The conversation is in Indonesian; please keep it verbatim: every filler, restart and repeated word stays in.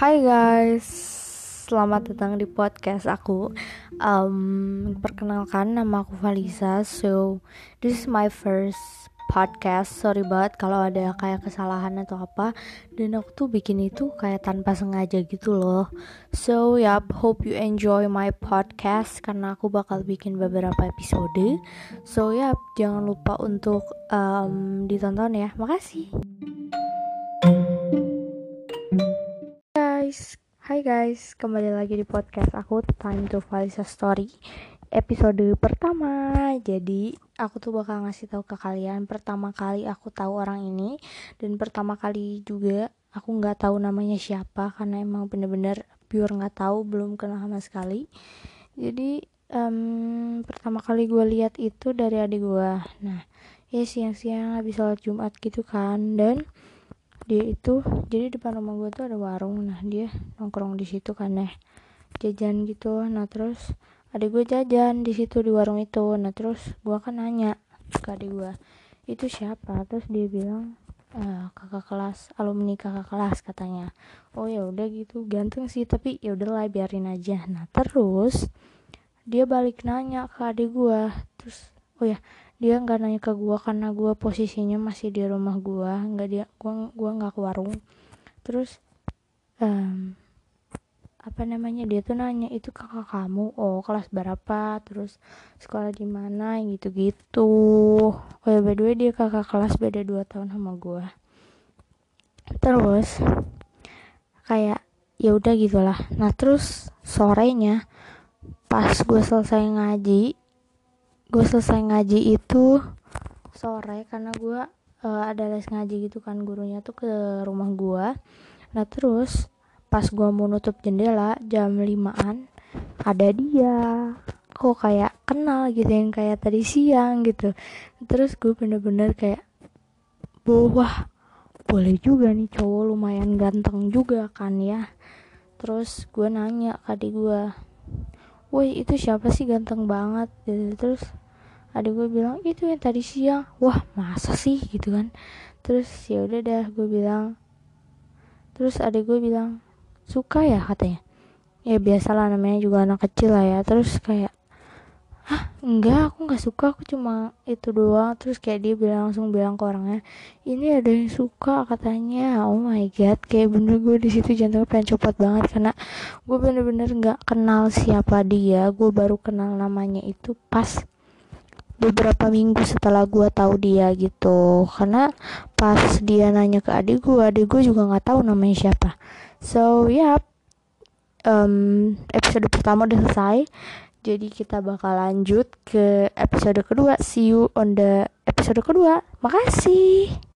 Hai guys, selamat datang di podcast aku. Um, perkenalkan, nama aku Valisa. So, this is my first podcast. Sorry banget kalau ada kayak kesalahan atau apa. Dan aku tuh bikin itu kayak tanpa sengaja gitu loh. So, yup, hope you enjoy my podcast karena aku bakal bikin beberapa episode. So, yup, jangan lupa untuk um, ditonton ya. Makasih. Guys, hai guys, kembali lagi di podcast aku Time to Valisa Story episode pertama. Jadi aku tuh bakal ngasih tahu ke kalian pertama kali aku tahu orang ini, dan pertama kali juga aku nggak tahu namanya siapa karena emang bener-bener pure nggak tahu, belum kenal sama sekali. Jadi um, pertama kali gue lihat itu dari adik gue. Nah, ya siang-siang habis sholat Jumat gitu kan, dan dia itu jadi depan rumah gue tuh ada warung. Nah dia nongkrong di situ kan ya, jajan gitu. Nah terus adik gue jajan di situ di warung itu. Nah terus gue kan nanya ke adik gue, itu siapa? Terus dia bilang ah, kakak kelas, alumni kakak kelas katanya. Oh ya udah gitu, ganteng sih tapi ya udahlah biarin aja. Nah terus dia balik nanya ke adik gue. Terus oh ya, dia nggak nanya ke gue karena gue posisinya masih di rumah gue, nggak dia gue gue nggak ke warung. Terus um, apa namanya, dia tuh nanya, itu kakak kamu, oh kelas berapa, terus sekolah di mana, gitu-gitu. Oh ya by the way dia kakak kelas, beda dua tahun sama gue. Terus kayak ya udah gitulah. Nah terus sorenya pas gue selesai ngaji gue selesai ngaji itu sore karena gue uh, ada les ngaji gitu kan, gurunya tuh ke rumah gue. Nah terus pas gue mau nutup jendela jam limaan, ada dia kok kayak kenal gitu, yang kayak tadi siang gitu. Terus gue bener-bener kayak wah boleh juga nih cowok, lumayan ganteng juga kan ya. Terus gue nanya ke adik gue, woi itu siapa sih ganteng banget gitu. Terus adik gue bilang, itu yang tadi siang. Wah masa sih gitu kan. Terus ya udah dah gue bilang. Terus adik gue bilang, suka ya katanya. Ya biasalah namanya juga anak kecil lah ya. Terus kayak, hah enggak, aku gak suka, aku cuma itu doang. Terus kayak dia bilang, langsung bilang ke orangnya, ini ada yang suka katanya. Oh my god, kayak bener gue di situ jantungnya pengen copot banget karena gue bener-bener gak kenal siapa dia. Gue baru kenal namanya itu pas beberapa minggu setelah gue tahu dia gitu. Karena pas dia nanya ke adik gue, adik gue juga nggak tahu namanya siapa. So ya, yep, um, episode pertama udah selesai. Jadi kita bakal lanjut ke episode kedua. See you on the episode kedua. Makasih.